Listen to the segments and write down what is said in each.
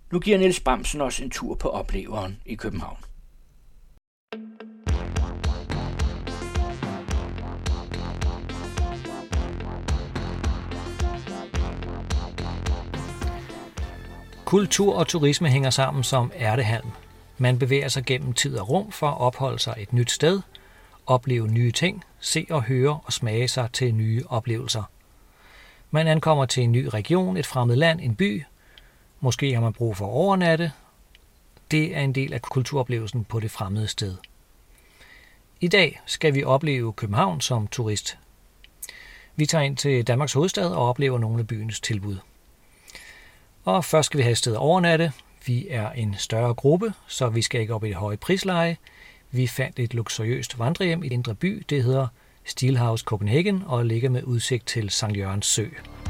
Nu giver Niels Bamsen os en tur på opleveren i København. Kultur og turisme hænger sammen som ærtehalm. Man bevæger sig gennem tid og rum for at opholde sig et nyt sted, opleve nye ting, se og høre og smage sig til nye oplevelser. Man ankommer til en ny region, et fremmed land, en by. Måske har man brug for at overnatte. Det er en del af kulturoplevelsen på det fremmede sted. I dag skal vi opleve København som turist. Vi tager ind til Danmarks hovedstad og oplever nogle af byens tilbud. Og først skal vi have et sted at overnatte. Vi er en større gruppe, så vi skal ikke op i det høje prisleje. Vi fandt et luksuriøst vandrehjem i Indre By. Det hedder Steelhouse Copenhagen og ligger med udsigt til Sankt Jørgens Sø.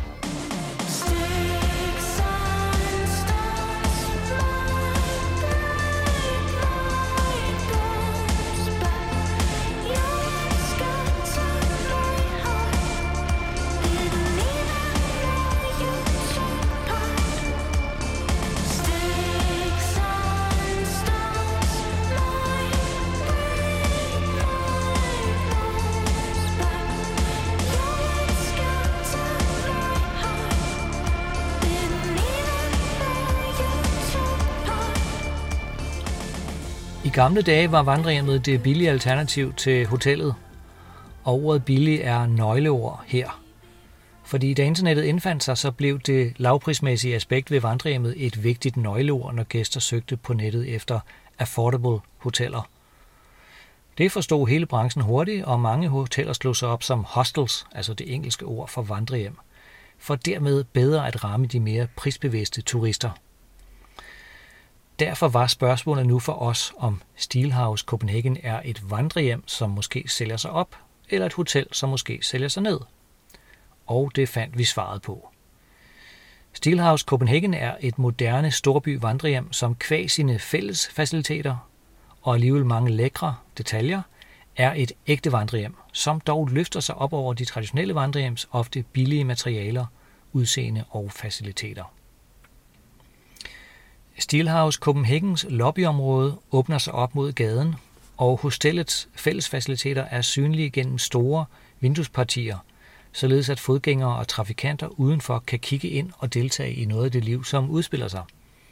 I gamle dage var vandrehjemmet det billige alternativ til hotellet, og ordet billig er nøgleord her. Fordi da internettet indfandt sig, så blev det lavprismæssige aspekt ved vandrehjemmet et vigtigt nøgleord, når gæster søgte på nettet efter affordable hoteller. Det forstod hele branchen hurtigt, og mange hoteller slog sig op som hostels, altså det engelske ord for vandrehjem, for dermed bedre at ramme de mere prisbevidste turister. Derfor var spørgsmålet nu for os, om Steelhouse Copenhagen er et vandrehjem, som måske sælger sig op, eller et hotel, som måske sælger sig ned. Og det fandt vi svaret på. Steelhouse Copenhagen er et moderne storby vandrehjem, som kvæg sine fælles faciliteter og alligevel mange lækre detaljer, er et ægte vandrehjem, som dog løfter sig op over de traditionelle vandrehjems ofte billige materialer, udseende og faciliteter. Steelhouse Copenhagens lobbyområde åbner sig op mod gaden, og hostellets fællesfaciliteter er synlige gennem store vinduespartier, således at fodgængere og trafikanter udenfor kan kigge ind og deltage i noget af det liv, som udspiller sig.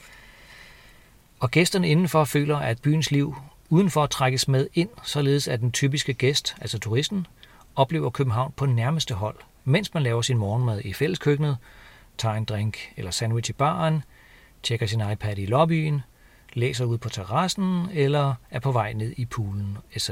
Og gæsterne indenfor føler, at byens liv udenfor trækkes med ind, således at den typiske gæst, altså turisten, oplever København på nærmeste hold, mens man laver sin morgenmad i fælleskøkkenet, tager en drink eller sandwich i baren, tjekker sin iPad i lobbyen, læser ud på terrassen eller er på vej ned i poolen, etc.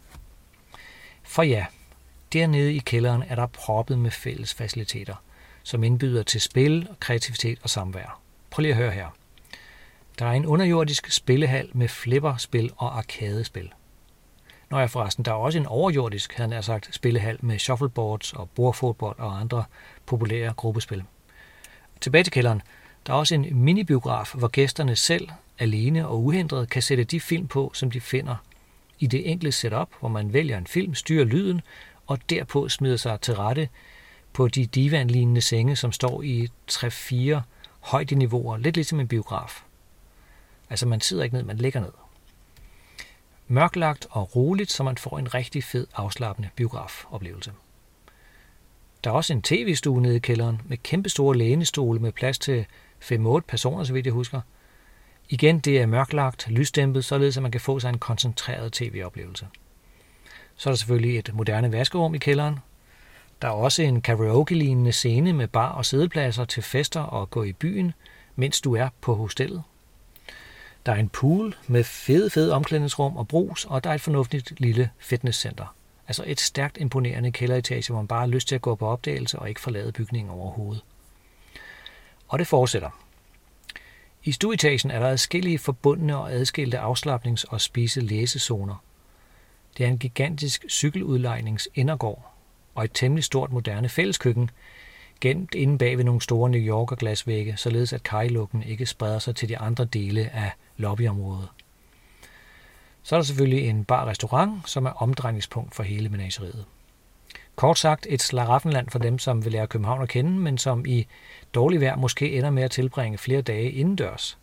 For ja, dernede i kælderen er der proppet med fælles faciliteter, som indbyder til spil, kreativitet og samvær. Prøv lige at høre her. Der er en underjordisk spillehal med flipperspil og arkadespil. Nå ja, forresten, der er også en overjordisk, havde han sagt, spillehal med shuffleboards og bordfodbold og andre populære gruppespil. Tilbage til kælderen. Der er også en minibiograf, hvor gæsterne selv, alene og uhindret, kan sætte de film på, som de finder i det enkle setup, hvor man vælger en film, styrer lyden og derpå smider sig til rette på de divan-lignende senge, som står i 3-4 højdeniveauer, lidt ligesom en biograf. Altså man sidder ikke ned, man ligger ned. Mørklagt og roligt, så man får en rigtig fed, afslappende biografoplevelse. Der er også en tv-stue nede i kælderen med kæmpestore lænestole med plads til 5-8 personer, så vidt jeg husker. Igen, det er mørklagt, lysdæmpet, således at man kan få sig en koncentreret tv-oplevelse. Så er der selvfølgelig et moderne vaskerum i kælderen. Der er også en karaoke-lignende scene med bar og sædepladser til fester og gå i byen, mens du er på hostellet. Der er en pool med fede omklædningsrum og brus, og der er et fornuftigt lille fitnesscenter. Altså et stærkt imponerende kælderetage, hvor man bare har lyst til at gå på opdagelse og ikke forlade bygningen overhovedet. Og det fortsætter. I stueetagen er der adskillige forbundne og adskilte afslapnings- og spise-læsezoner. Det er en gigantisk cykeludlejningsindergård og et temmelig stort moderne fælleskøkken, gemt inde bag ved nogle store New Yorker glasvægge, således at kajlugten ikke spreder sig til de andre dele af lobbyområdet. Så er der selvfølgelig en bar-restaurant, som er omdrejningspunkt for hele menageriet. Kort sagt et slaraffenland for dem, som vil lære København at kende, men som i dårlig vejr måske ender med at tilbringe flere dage indendørs,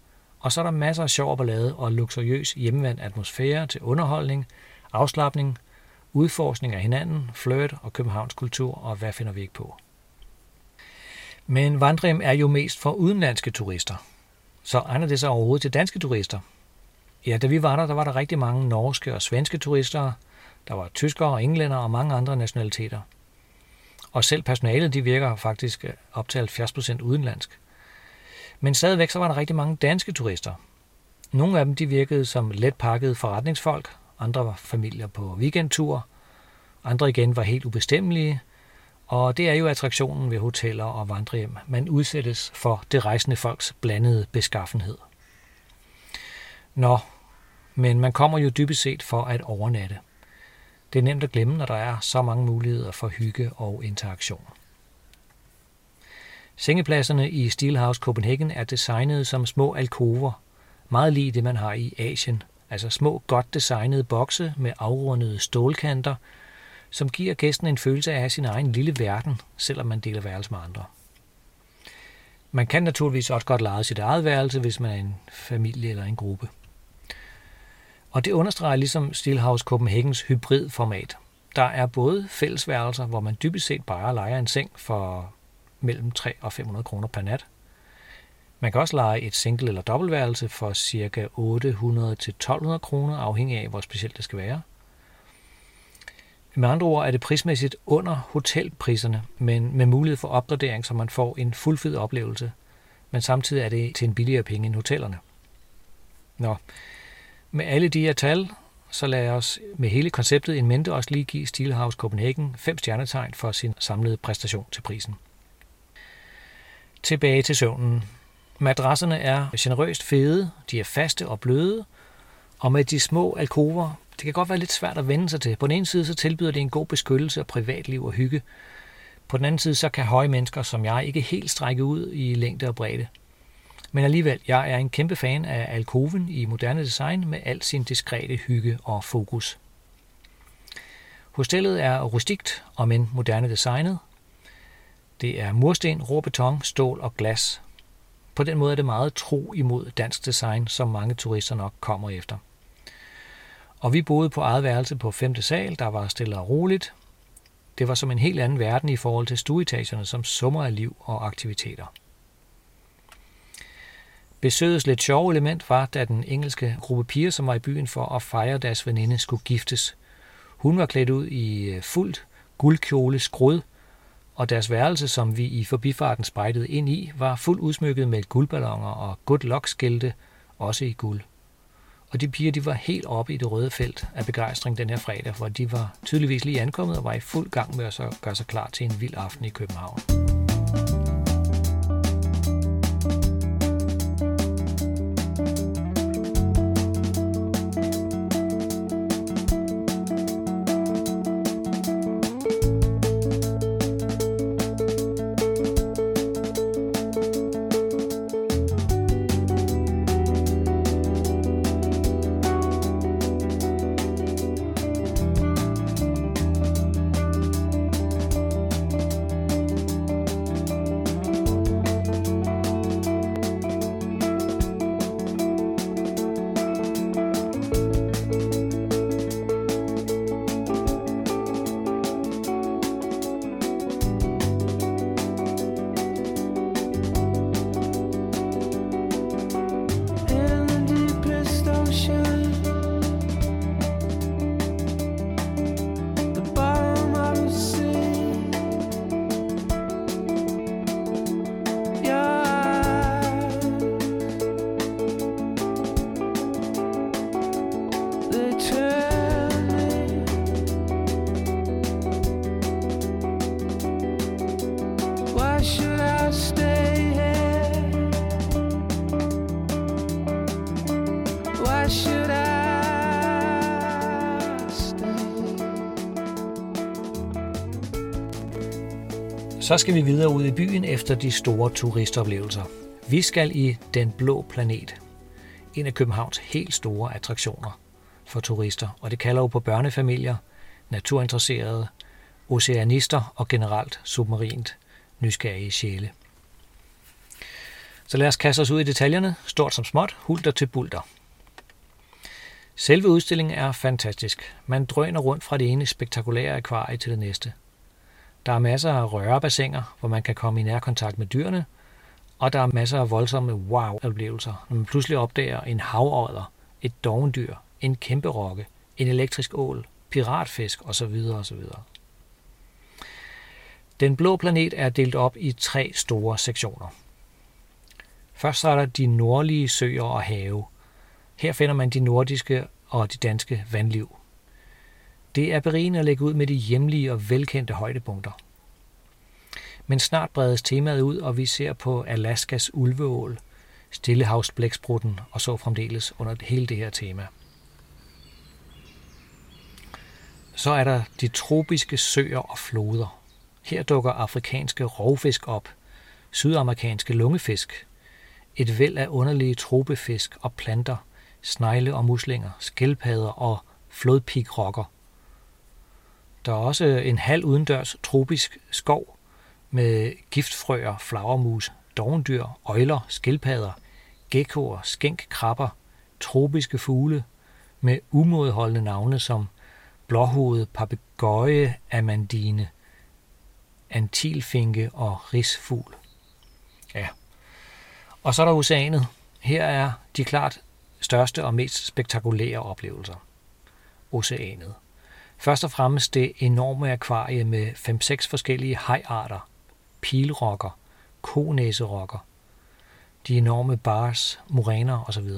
Og så er der masser af sjov og ballade og luksuriøs hjemmevandt atmosfære til underholdning, afslapning, udforskning af hinanden, flirt og Københavns kultur, og hvad finder vi ikke på. Men Vandrim er jo mest for udenlandske turister. Så egner det sig overhovedet til danske turister? Ja, da vi var der var der rigtig mange norske og svenske turister. Der var tyskere og englænder og mange andre nationaliteter. Og selv personalet, de virker faktisk op til 70% udenlandsk. Men stadigvæk så var der rigtig mange danske turister. Nogle af dem, de virkede som let pakkede forretningsfolk. Andre var familier på weekendtur. Andre igen var helt ubestemmelige. Og det er jo attraktionen ved hoteller og vandrehjem. Man udsættes for det rejsende folks blandede beskaffenhed. Nå, men man kommer jo dybest set for at overnatte. Det er nemt at glemme, når der er så mange muligheder for hygge og interaktion. Sengepladserne i Steelhouse Copenhagen er designet som små alkover, meget lige det man har i Asien, altså små godt designede bokse med afrundede stålkanter, som giver gæsten en følelse af at have sin egen lille verden, selvom man deler værelse med andre. Man kan naturligvis også godt leje sit eget værelse, hvis man er en familie eller en gruppe. Og det understreger ligesom Steelhouse Copenhagens hybridformat. Der er både fællesværelser, hvor man dybest set bare lejer en seng for mellem 300 og 500 kroner per nat. Man kan også leje et single- eller dobbeltværelse for ca. 800 til 1200 kroner, afhængig af hvor specielt det skal være. Med andre ord er det prismæssigt under hotelpriserne, men med mulighed for opgradering, så man får en fuldfed oplevelse. Men samtidig er det til en billigere penge end hotellerne. Nå, med alle de her tal, så lad os med hele konceptet in mente også lige give Steelhouse Copenhagen 5 stjernetegn for sin samlede præstation til prisen. Tilbage til søvnen. Madrasserne er generøst fede, de er faste og bløde, og med de små alkover, det kan godt være lidt svært at vende sig til. På den ene side så tilbyder det en god beskyttelse og privatliv og hygge. På den anden side så kan høje mennesker som jeg ikke helt strække ud i længde og bredde. Men alligevel, jeg er en kæmpe fan af alkoven i moderne design med al sin diskrete hygge og fokus. Hostellet er rustikt og men moderne designet. Det er mursten, rå beton, stål og glas. På den måde er det meget tro imod dansk design, som mange turister nok kommer efter. Og vi boede på eget værelse på 5. sal, der var stille og roligt. Det var som en helt anden verden i forhold til stueetagerne, som summer af liv og aktiviteter. Besøgets lidt sjove element var, da den engelske gruppe piger, som var i byen for at fejre deres veninde, skulle giftes. Hun var klædt ud i fuldt guldkjole skrud, og deres værelse, som vi i forbifarten spejdede ind i, var fuldt udsmykket med guldballoner og good luck-skilte, også i guld. Og de piger, de var helt oppe i det røde felt af begejstring den her fredag, for de var tydeligvis lige ankommet og var i fuld gang med at gøre sig klar til en vild aften i København. Så skal vi videre ud i byen efter de store turistoplevelser. Vi skal i Den Blå Planet, en af Københavns helt store attraktioner for turister, og det kalder jo på børnefamilier, naturinteresserede, oceanister og generelt submarint nysgerrige sjæle. Så lad os kaste os ud i detaljerne, stort som småt, hulter til bulter. Selve udstillingen er fantastisk. Man drøner rundt fra det ene spektakulære akvarie til det næste. Der er masser af rørebassiner, hvor man kan komme i nærkontakt med dyrene, og der er masser af voldsomme wow-oplevelser, når man pludselig opdager en havodder, et dovendyr, en kæmperokke, en elektrisk ål, piratfisk osv. osv. Den blå planet er delt op i 3 store sektioner. Først er der de nordlige søer og have. Her finder man de nordiske og de danske vandliv. Det er berigende at lægge ud med de hjemlige og velkendte højdepunkter. Men snart bredes temaet ud, og vi ser på Alaskas ulveål, stillehavsblæksprutten og så fremdeles under hele det her tema. Så er der de tropiske søer og floder. Her dukker afrikanske rovfisk op, sydamerikanske lungefisk, et væld af underlige tropefisk og planter, snegle og muslinger, skildpadder og flodpikrokker. Der er også en halv udendørs tropisk skov med giftfrøer, flagermus, dovendyr, øgler, skildpadder, gekkoer, skænkkrabber, tropiske fugle med umådeholdende navne som blåhovedet papegøje, amandine, antilfinke og risfugl. Ja. Og så er der oceanet. Her er de klart største og mest spektakulære oplevelser. Oceanet. Først og fremmest det enorme akvarie med 5-6 forskellige hajarter, pilrokker, konæserokker, de enorme bars, muræner osv.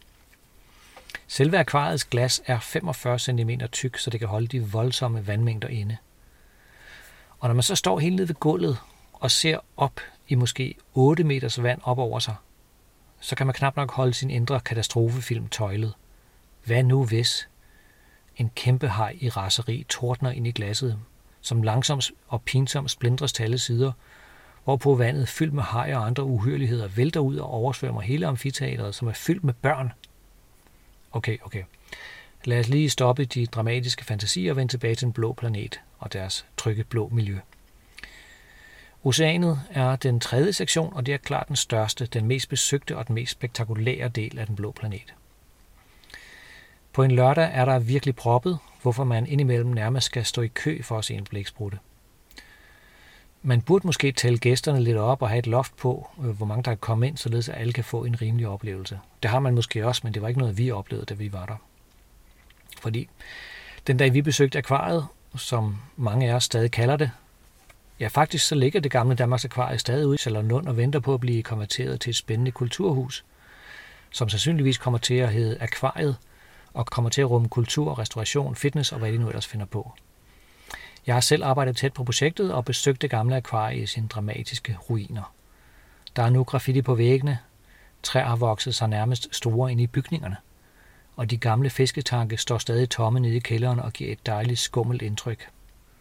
Selve akvariets glas er 45 cm tyk, så det kan holde de voldsomme vandmængder inde. Og når man så står helt nede ved gulvet og ser op i måske 8 meters vand op over sig, så kan man knap nok holde sin indre katastrofefilm tøjlet. Hvad nu hvis en kæmpe haj i raseri tordner ind i glasset, som langsomt og pinsomt splindres til alle sider, hvorpå vandet fyldt med hajer og andre uhyrligheder vælter ud og oversvømmer hele amfiteatret, som er fyldt med børn. Okay. Lad os lige stoppe de dramatiske fantasier og vende tilbage til den blå planet og deres trygge blå miljø. Oceanet er den 3. sektion, og det er klart den største, den mest besøgte og den mest spektakulære del af den blå planet. På en lørdag er der virkelig proppet, hvorfor man indimellem nærmest skal stå i kø for at se en blæksprutte. Man burde måske tælle gæsterne lidt op og have et loft på, hvor mange der kan komme ind, således at alle kan få en rimelig oplevelse. Det har man måske også, men det var ikke noget, vi oplevede, da vi var der. Fordi den dag vi besøgte akvariet, som mange af os stadig kalder det, ja faktisk så ligger det gamle Danmarks Akvarie stadig ude i Charlottenlund og venter på at blive konverteret til et spændende kulturhus, som sandsynligvis kommer til at hedde Akvariet og kommer til at rumme kultur, restauration, fitness og hvad de nu ellers finder på. Jeg har selv arbejdet tæt på projektet og besøgt det gamle akvarie i sine dramatiske ruiner. Der er nu graffiti på væggene, træer har vokset sig nærmest store inde i bygningerne, og de gamle fisketanke står stadig tomme nede i kælderen og giver et dejligt skummelt indtryk.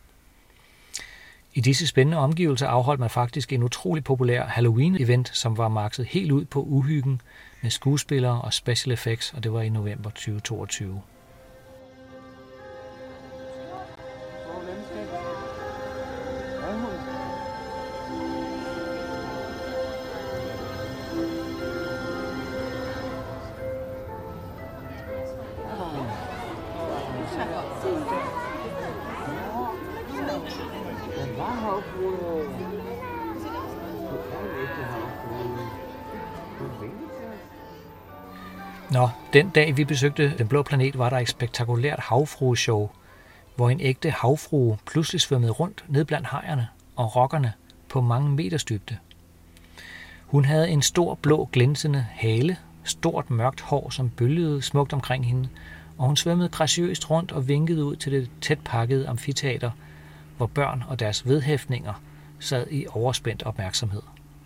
I disse spændende omgivelser afholdt man faktisk en utrolig populær Halloween-event, som var makset helt ud på uhyggen med skuespillere og special effects, og det var i november 2022. Nå, den dag vi besøgte Den Blå Planet, var der et spektakulært havfrueshow, hvor en ægte havfrue pludselig svømmede rundt ned blandt hajerne og rokkerne på mange meters dybde. Hun havde en stor blå glinsende hale, stort mørkt hår, som bølgede smukt omkring hende, og hun svømmede graciøst rundt og vinkede ud til det tæt pakkede amfiteater, hvor børn og deres vedhæftninger sad i overspændt opmærksomhed.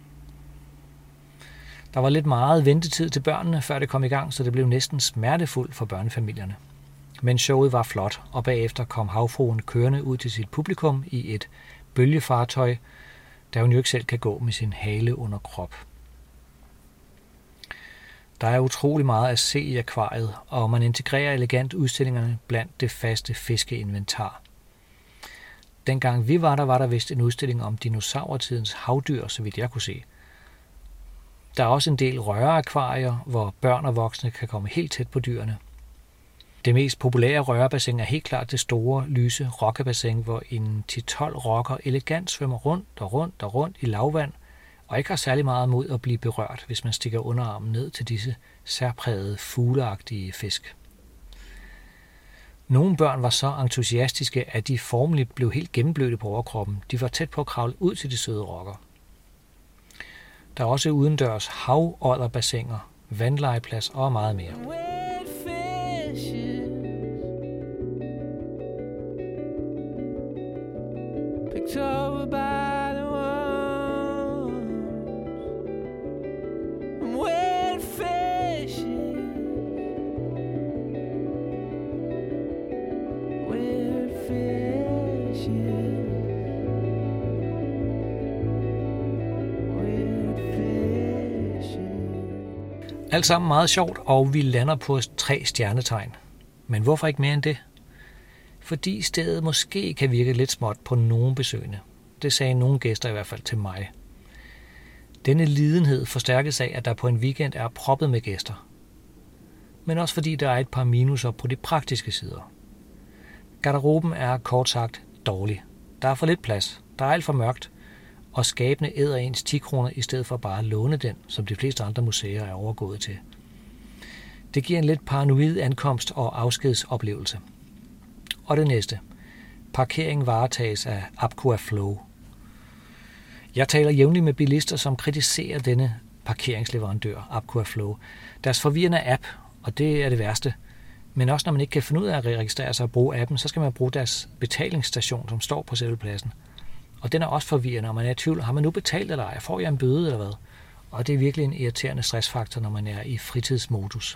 Der var lidt meget ventetid til børnene, før det kom i gang, så det blev næsten smertefuldt for børnefamilierne. Men showet var flot, og bagefter kom havfruen kørende ud til sit publikum i et bølgefartøj, da hun jo ikke selv kan gå med sin hale under krop. Der er utrolig meget at se i akvariet, og man integrerer elegant udstillingerne blandt det faste fiskeinventar. Dengang vi var der vist en udstilling om dinosaurtidens havdyr, så vidt jeg kunne se. Der er også en del røreakvarier, hvor børn og voksne kan komme helt tæt på dyrene. Det mest populære rørebassin er helt klart det store, lyse rokkebassin, hvor en 10-12 rokker elegant svømmer rundt i lavvand, og ikke har særlig meget mod at blive berørt, hvis man stikker underarmen ned til disse særprægede, fugleagtige fisk. Nogle børn var så entusiastiske, at de formeligt blev helt gennemblødte på overkroppen. De var tæt på at kravle ud til de søde rokker. Der er også udendørs havodderbassiner, vandlegeplads og meget mere. Alt sammen meget sjovt, og vi lander på 3 stjernetegn. Men hvorfor ikke mere end det? Fordi stedet måske kan virke lidt småt på nogle besøgende. Det sagde nogle gæster i hvert fald til mig. Denne lidenhed forstærkes af, at der på en weekend er proppet med gæster. Men også fordi der er et par minuser på de praktiske sider. Garderoben er kort sagt dårlig. Der er for lidt plads, der er alt for mørkt, og skabene æder ens 10 kroner i stedet for bare at låne den, som de fleste andre museer er overgået til. Det giver en lidt paranoid ankomst og afskedsoplevelse. Og det næste. Parkering varetages af Aquaflow. Jeg taler jævnligt med bilister, som kritiserer denne parkeringsleverandør, Aquaflow. Deres forvirrende app, og det er det værste. Men også når man ikke kan finde ud af at registrere sig og bruge appen, så skal man bruge deres betalingsstation, som står på selve pladsen. Og den er også forvirrende, og man er i tvivl, har man nu betalt eller ej? Får jeg en bøde eller hvad? Og det er virkelig en irriterende stressfaktor, når man er i fritidsmodus.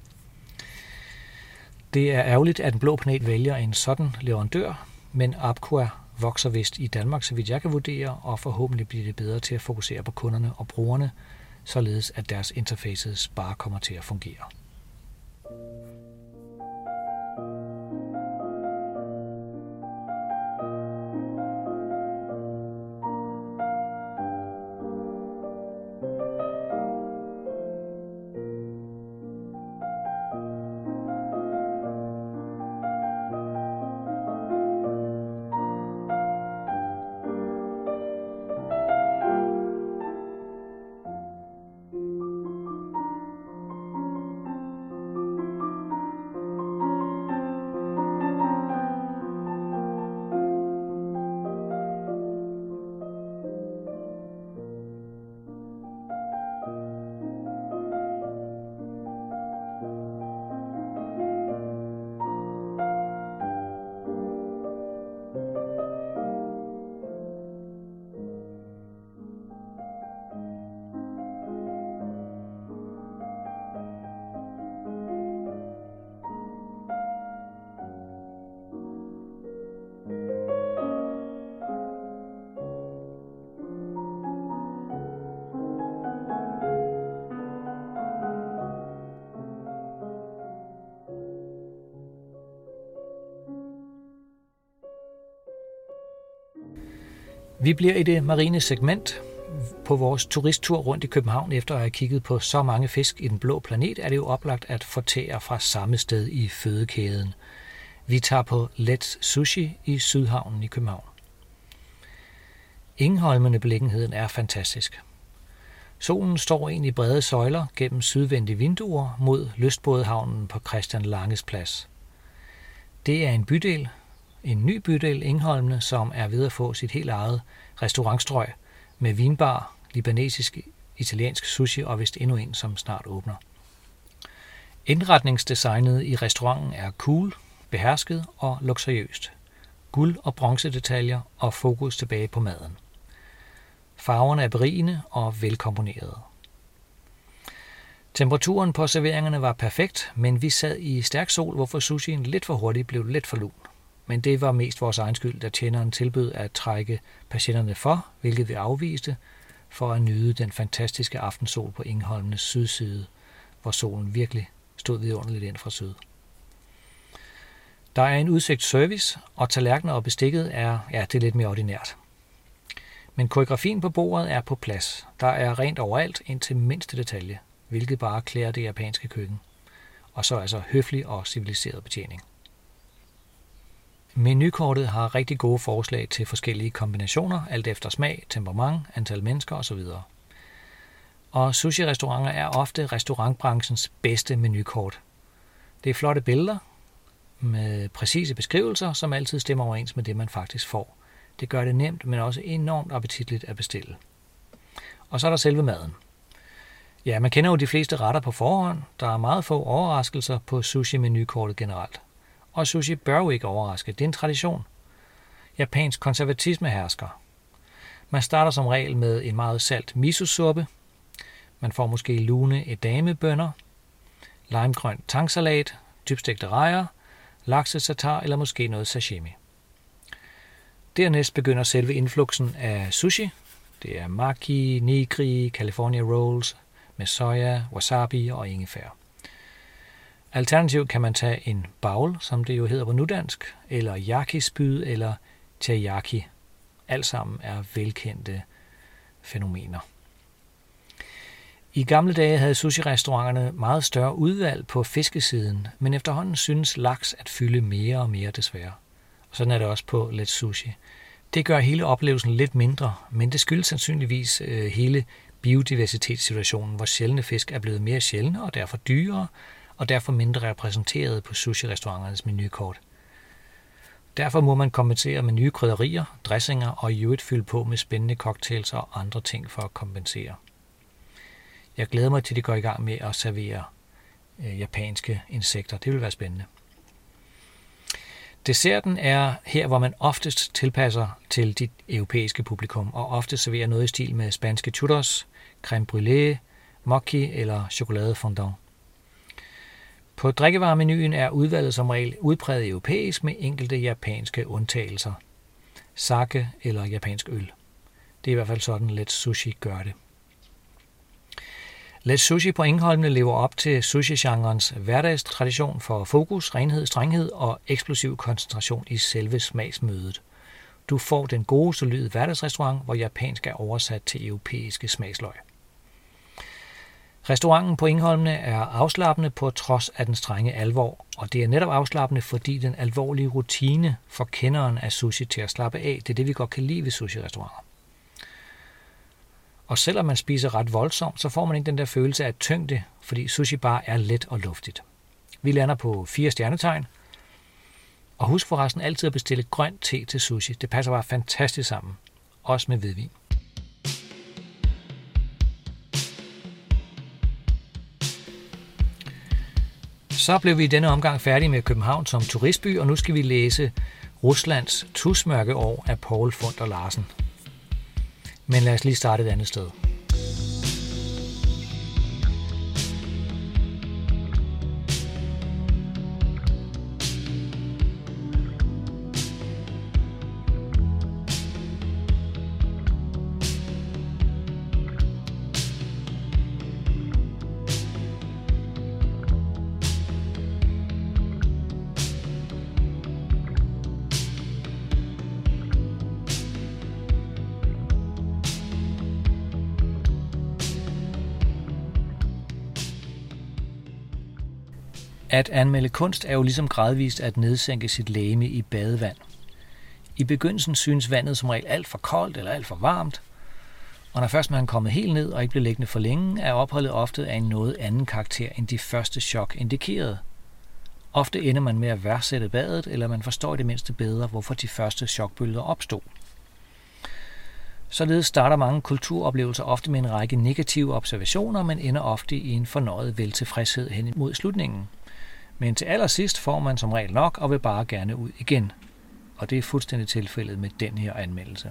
Det er ærgerligt, at Den Blå Planet vælger en sådan leverandør, men Aqua vokser vist i Danmark, så vidt jeg kan vurdere, og forhåbentlig bliver det bedre til at fokusere på kunderne og brugerne, således at deres interfaces bare kommer til at fungere. Vi bliver i det marine segment. På vores turisttur rundt i København, efter at have kigget på så mange fisk i Den Blå Planet, er det jo oplagt at fortære fra samme sted i fødekæden. Vi tager på Let's Sushi i Sydhavnen i København. Engholmene beliggenheden er fantastisk. Solen står ind i brede søjler gennem sydvendte vinduer mod lystbådehavnen på Christian Langes Plads. Det er en ny bydel, Engholmene, som er ved at få sit helt eget restaurantstrøg med vinbar, libanesisk, italiensk sushi og vist endnu en, som snart åbner. Indretningsdesignet i restauranten er cool, behersket og luksuriøst. Guld- og bronzedetaljer og fokus tilbage på maden. Farverne er berigende og velkomponerede. Temperaturen på serveringerne var perfekt, men vi sad i stærk sol, hvorfor sushien lidt for hurtigt blev lidt for lun. Men det var mest vores egen skyld, da tjeneren tilbød at trække patienterne for, hvilket vi afviste, for at nyde den fantastiske aftensol på Engholmenes sydside, hvor solen virkelig stod vidunderligt ind fra syd. Der er en udsigt service, og tallerkener og bestikket er lidt mere ordinært. Men koreografien på bordet er på plads. Der er rent overalt indtil mindste detalje, hvilket bare klæder det japanske køkken. Og så altså høflig og civiliseret betjening. Menukortet har rigtig gode forslag til forskellige kombinationer, alt efter smag, temperament, antal mennesker osv. Og sushi-restauranter er ofte restaurantbranchens bedste menukort. Det er flotte billeder med præcise beskrivelser, som altid stemmer overens med det, man faktisk får. Det gør det nemt, men også enormt appetitligt at bestille. Og så er der selve maden. Ja, man kender jo de fleste retter på forhånd. Der er meget få overraskelser på sushi-menukortet generelt. Og sushi bør jo ikke overraske. Det er en tradition. Japansk konservatisme hersker. Man starter som regel med en meget salt miso-suppe. Man får måske lune edamebønner, limegrøn tangsalat, dybstegte rejer, laksesatar eller måske noget sashimi. Dernæst begynder selve indfluksen af sushi. Det er maki, nigiri, California rolls med soja, wasabi og ingefær. Alternativt kan man tage en baul, som det jo hedder på nudansk, eller yakispyd eller teriyaki. Alt sammen er velkendte fænomener. I gamle dage havde sushi-restauranterne meget større udvalg på fiskesiden, men efterhånden synes laks at fylde mere og mere desværre. Og sådan er det også på Let's Sushi. Det gør hele oplevelsen lidt mindre, men det skyldes sandsynligvis hele biodiversitetssituationen, hvor sjældne fisk er blevet mere sjældne og derfor dyrere, og derfor mindre repræsenteret på sushi-restauranternes menukort. Derfor må man kompensere med nye krydderier, dressinger og i øvrigt fylde på med spændende cocktails og andre ting for at kompensere. Jeg glæder mig til, at de går i gang med at servere japanske insekter. Det vil være spændende. Desserten er her, hvor man oftest tilpasser til dit europæiske publikum, og ofte serverer noget i stil med spanske churros, crème brûlée, mochi eller chokolade fondant. På drikkevaremenuen er udvalget som regel udpræget europæisk med enkelte japanske undtagelser. Sake eller japansk øl. Det er i hvert fald sådan, Let's Sushi gør det. Let's Sushi på Engholmene lever op til sushi-genrens hverdagstradition for fokus, renhed, strenghed og eksplosiv koncentration i selve smagsmødet. Du får den gode, solide hverdagsrestaurant, hvor japansk er oversat til europæiske smagsløg. Restauranten på Engholmene er afslappende på trods af den strenge alvor, og det er netop afslappende, fordi den alvorlige rutine får kenderen af sushi til at slappe af. Det er det, vi godt kan lide ved sushi-restauranter. Og selvom man spiser ret voldsomt, så får man ikke den der følelse af tyngde, fordi sushi bare er let og luftigt. Vi lander på 4 stjernetegn. Og husk forresten altid at bestille grønt te til sushi. Det passer bare fantastisk sammen. Også med hvidvin. Så blev vi i denne omgang færdige med København som turistby, og nu skal vi læse Ruslands tusmørkeår af Poul Funder Larsen. Men lad os lige starte et andet sted. At anmelde kunst er jo ligesom gradvist at nedsænke sit legeme i badevand. I begyndelsen synes vandet som regel alt for koldt eller alt for varmt, og når først man er kommet helt ned og ikke bliver liggende for længe, er opholdet ofte af en noget anden karakter end de første chok indikerede. Ofte ender man med at værdsætte badet, eller man forstår i det mindste bedre, hvorfor de første chokbølger opstod. Således starter mange kulturoplevelser ofte med en række negative observationer, men ender ofte i en fornøjet veltilfredshed hen mod slutningen. Men til allersidst får man som regel nok og vil bare gerne ud igen. Og det er fuldstændig tilfældet med den her anmeldelse.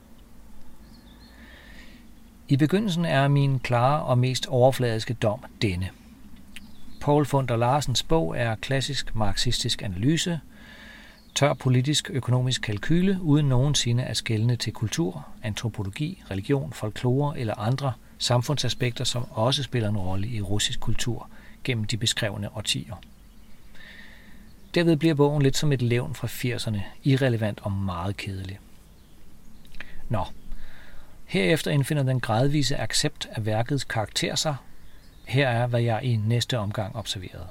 I begyndelsen er min klare og mest overfladiske dom denne. Poul Funder Larsens bog er klassisk marxistisk analyse, tør politisk økonomisk kalkyle uden nogensinde at skelne til kultur, antropologi, religion, folklore eller andre samfundsaspekter, som også spiller en rolle i russisk kultur gennem de beskrevne årtier. Derved bliver bogen lidt som et levn fra 80'erne, irrelevant og meget kedelig. Nå, Herefter indfinder den gradvise accept af værkets karakter sig. Her er, hvad jeg i næste omgang observerede.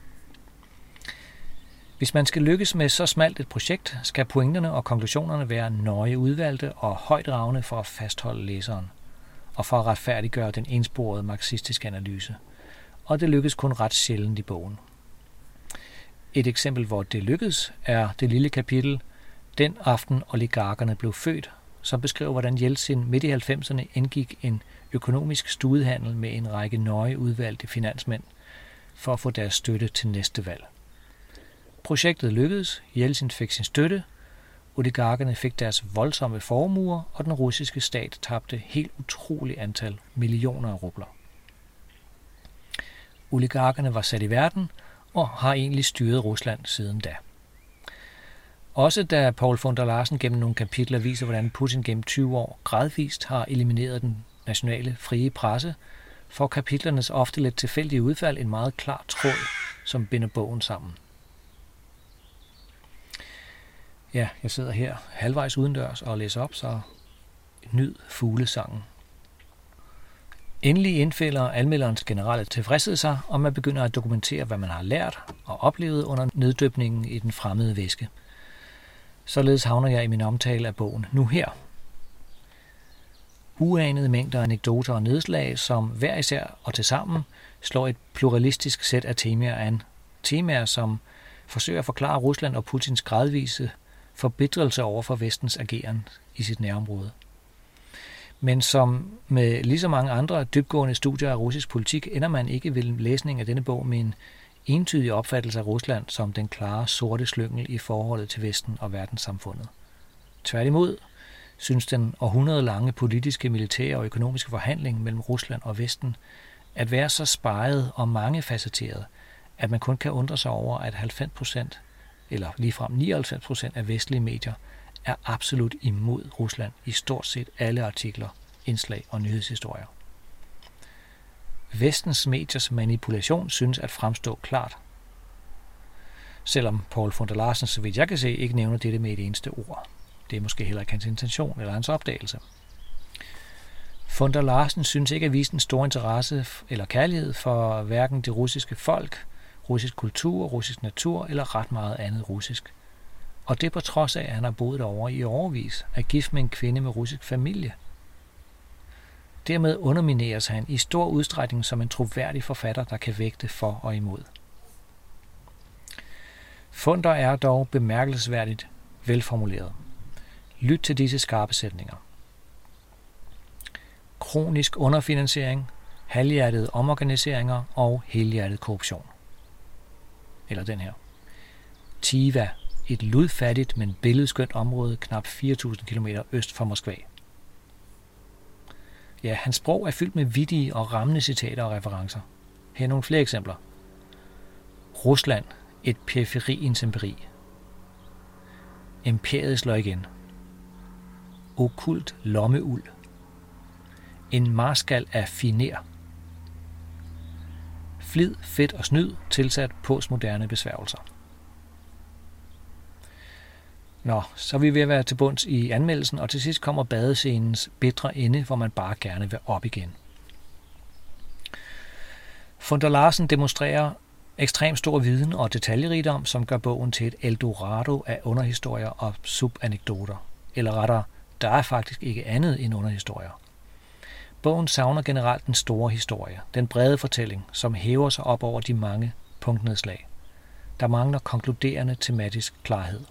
Hvis man skal lykkes med så smalt et projekt, skal pointerne og konklusionerne være nøje udvalgte og højtravende for at fastholde læseren, og for at retfærdiggøre den ensporede marxistiske analyse. Og det lykkes kun ret sjældent i bogen. Et eksempel, hvor det lykkedes, er det lille kapitel Den aften oligarkerne blev født, som beskriver, hvordan Jeltsin midt i 90'erne indgik en økonomisk studehandel med en række nøje udvalgte finansmænd for at få deres støtte til næste valg. Projektet lykkedes, Jeltsin fik sin støtte, oligarkerne fik deres voldsomme formuer, og den russiske stat tabte helt utroligt antal millioner af rubler. Oligarkerne var sat i verden og har egentlig styret Rusland siden da. Også da Poul Funder Larsen gennem nogle kapitler viser, hvordan Putin gennem 20 år gradvist har elimineret den nationale frie presse, får kapitlernes ofte lidt tilfældige udfald en meget klar tråd, som binder bogen sammen. Ja, jeg sidder her halvvejs udendørs og læser op, så nyd fuglesangen. Endelig indfælder anmelderens generelle tilfredshed sig, og man begynder at dokumentere, hvad man har lært og oplevet under neddøbningen i den fremmede væske. Således havner jeg i min omtale af bogen nu her. Uanede mængder anekdoter og nedslag, som hver især og tilsammen slår et pluralistisk sæt af temaer an. Temaer, som forsøger at forklare Rusland og Putins gradvise forbitrelse over for vestens ageren i sit nærområde. Men som med lige så mange andre dybgående studier af russisk politik, ender man ikke ved læsning af denne bog med en entydig opfattelse af Rusland som den klare sorte slyngel i forholdet til Vesten og verdenssamfundet. Tværtimod synes den århundredelange politiske, militære og økonomiske forhandling mellem Rusland og Vesten at være så speget og mangefacetteret, at man kun kan undre sig over, at 90% eller ligefrem 99% af vestlige medier er absolut imod Rusland i stort set alle artikler, indslag og nyhedshistorier. Vestens mediers manipulation synes at fremstå klart, selvom Poul Funder Larsen, så vidt jeg kan se, ikke nævner dette med et eneste ord. Det er måske heller ikke hans intention eller hans opdagelse. Funder Larsen synes ikke at vise en stor interesse eller kærlighed for hverken det russiske folk, russisk kultur, russisk natur eller ret meget andet russisk. Og det på trods af, at han har boet derovre i årevis, er gift med en kvinde med russisk familie. Dermed undermineres han i stor udstrækning som en troværdig forfatter, der kan vægte for og imod. Funder er dog bemærkelsesværdigt velformuleret. Lyt til disse skarpe sætninger. Kronisk underfinansiering, halvhjertede omorganiseringer og helhjertet korruption. Eller den her. Tiva, et ludfattigt, men billedskønt område knap 4.000 km øst for Moskva. Ja, hans sprog er fyldt med vittige og rammende citater og referencer. Her er nogle flere eksempler. Rusland, et periferiens empiri. Imperiet slår igen. Okkult lommeuld. En marskal af finer. Flid, fedt og snyd tilsat postmoderne besværgelser. Nå, så er vi ved at være til bunds i anmeldelsen, og til sidst kommer badescenens bitre ende, hvor man bare gerne vil op igen. Funder Larsen demonstrerer ekstremt stor viden og detaljerigdom, som gør bogen til et eldorado af underhistorier og subanekdoter. Eller rettere, der er faktisk ikke andet end underhistorier. Bogen savner generelt den store historie, den brede fortælling, som hæver sig op over de mange punktnedslag. Der mangler konkluderende tematisk klarhed.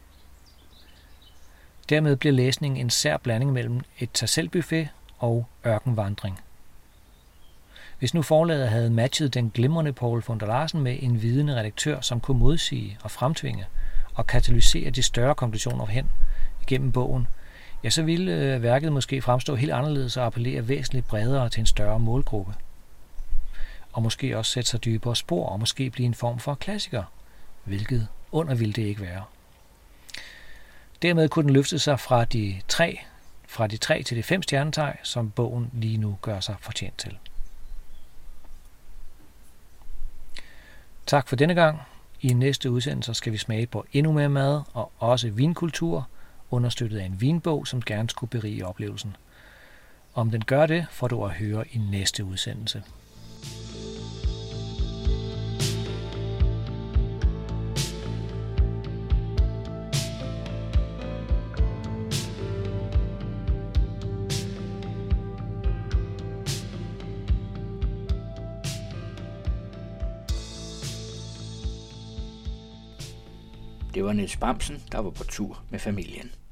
Dermed bliver læsningen en sær blanding mellem et tag-selv-buffet og ørkenvandring. Hvis nu forlaget havde matchet den glimrende Poul Funder Larsen med en vidende redaktør, som kunne modsige og fremtvinge og katalysere de større konklusioner hen igennem bogen, ja, så ville værket måske fremstå helt anderledes og appellere væsentligt bredere til en større målgruppe. Og måske også sætte sig dybere spor og måske blive en form for klassiker, hvilket under ville det ikke være. Dermed kunne den løfte sig fra de 3 til de 5 stjernetegn, som bogen lige nu gør sig fortjent til. Tak for denne gang. I næste udsendelse skal vi smage på endnu mere mad og også vinkultur, understøttet af en vinbog, som gerne skulle berige oplevelsen. Om den gør det, får du at høre i næste udsendelse. Det var Niels Bamsen, der var på tur med familien.